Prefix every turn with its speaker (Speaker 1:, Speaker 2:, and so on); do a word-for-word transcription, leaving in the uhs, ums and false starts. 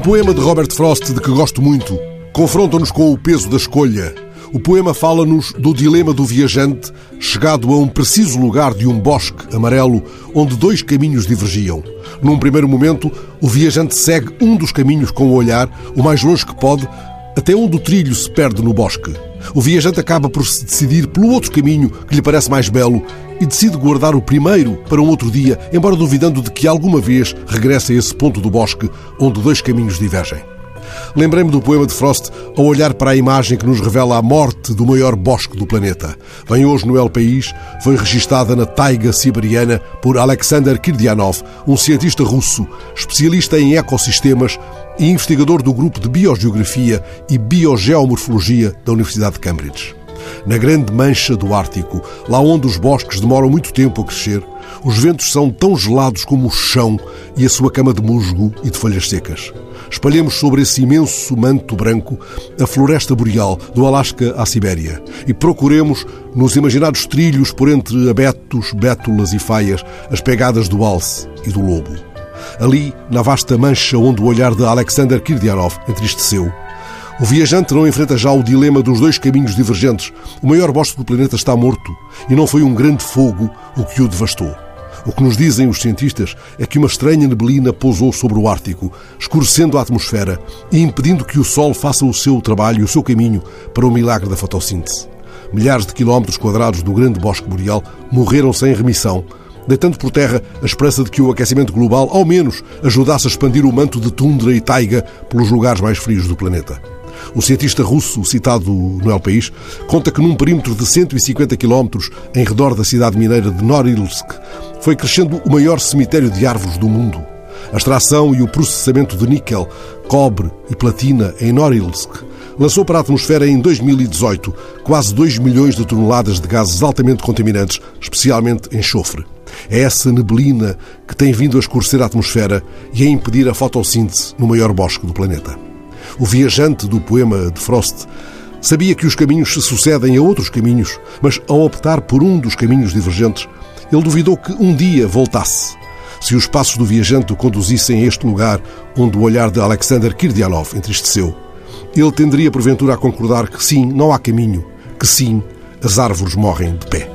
Speaker 1: poema de Robert Frost, de que gosto muito, confronta-nos com o peso da escolha. O poema fala-nos do dilema do viajante chegado a um preciso lugar de um bosque amarelo onde dois caminhos divergiam. Num primeiro momento, o viajante segue um dos caminhos com o olhar, o mais longe que pode, até onde o trilho se perde no bosque. O viajante acaba por se decidir pelo outro caminho que lhe parece mais belo e decide guardar o primeiro para um outro dia, embora duvidando de que alguma vez regresse a esse ponto do bosque onde dois caminhos divergem. Lembrei-me do poema de Frost ao olhar para a imagem que nos revela a morte do maior bosque do planeta. Vem hoje no El País, foi registada na taiga siberiana por Alexander Kirdianov, um cientista russo, especialista em ecossistemas e investigador do grupo de Biogeografia e Biogeomorfologia da Universidade de Cambridge. Na grande mancha do Ártico, lá onde os bosques demoram muito tempo a crescer, os ventos são tão gelados como o chão e a sua cama de musgo e de folhas secas. Espalhemos sobre esse imenso manto branco a floresta boreal, do Alasca à Sibéria, e procuremos, nos imaginados trilhos por entre abetos, bétulas e faias, as pegadas do alce e do lobo. Ali, na vasta mancha onde o olhar de Alexander Kirdianov entristeceu, o viajante não enfrenta já o dilema dos dois caminhos divergentes. O maior bosque do planeta está morto e não foi um grande fogo o que o devastou. O que nos dizem os cientistas é que uma estranha neblina pousou sobre o Ártico, escurecendo a atmosfera e impedindo que o Sol faça o seu trabalho e o seu caminho para o milagre da fotossíntese. Milhares de quilómetros quadrados do grande bosque boreal morreram sem remissão, deitando por terra a esperança de que o aquecimento global, ao menos, ajudasse a expandir o manto de tundra e taiga pelos lugares mais frios do planeta. O cientista russo, citado no El País, conta que num perímetro de cento e cinquenta quilómetros, em redor da cidade mineira de Norilsk, foi crescendo o maior cemitério de árvores do mundo. A extração e o processamento de níquel, cobre e platina em Norilsk lançou para a atmosfera em dois mil e dezoito quase dois milhões de toneladas de gases altamente contaminantes, especialmente enxofre. É essa neblina que tem vindo a escurecer a atmosfera e a impedir a fotossíntese no maior bosque do planeta. O viajante do poema de Frost sabia que os caminhos se sucedem a outros caminhos, mas ao optar por um dos caminhos divergentes, ele duvidou que um dia voltasse. Se os passos do viajante o conduzissem a este lugar onde o olhar de Alexander Kirdianov entristeceu, ele tenderia porventura a concordar que sim, não há caminho, que sim, as árvores morrem de pé.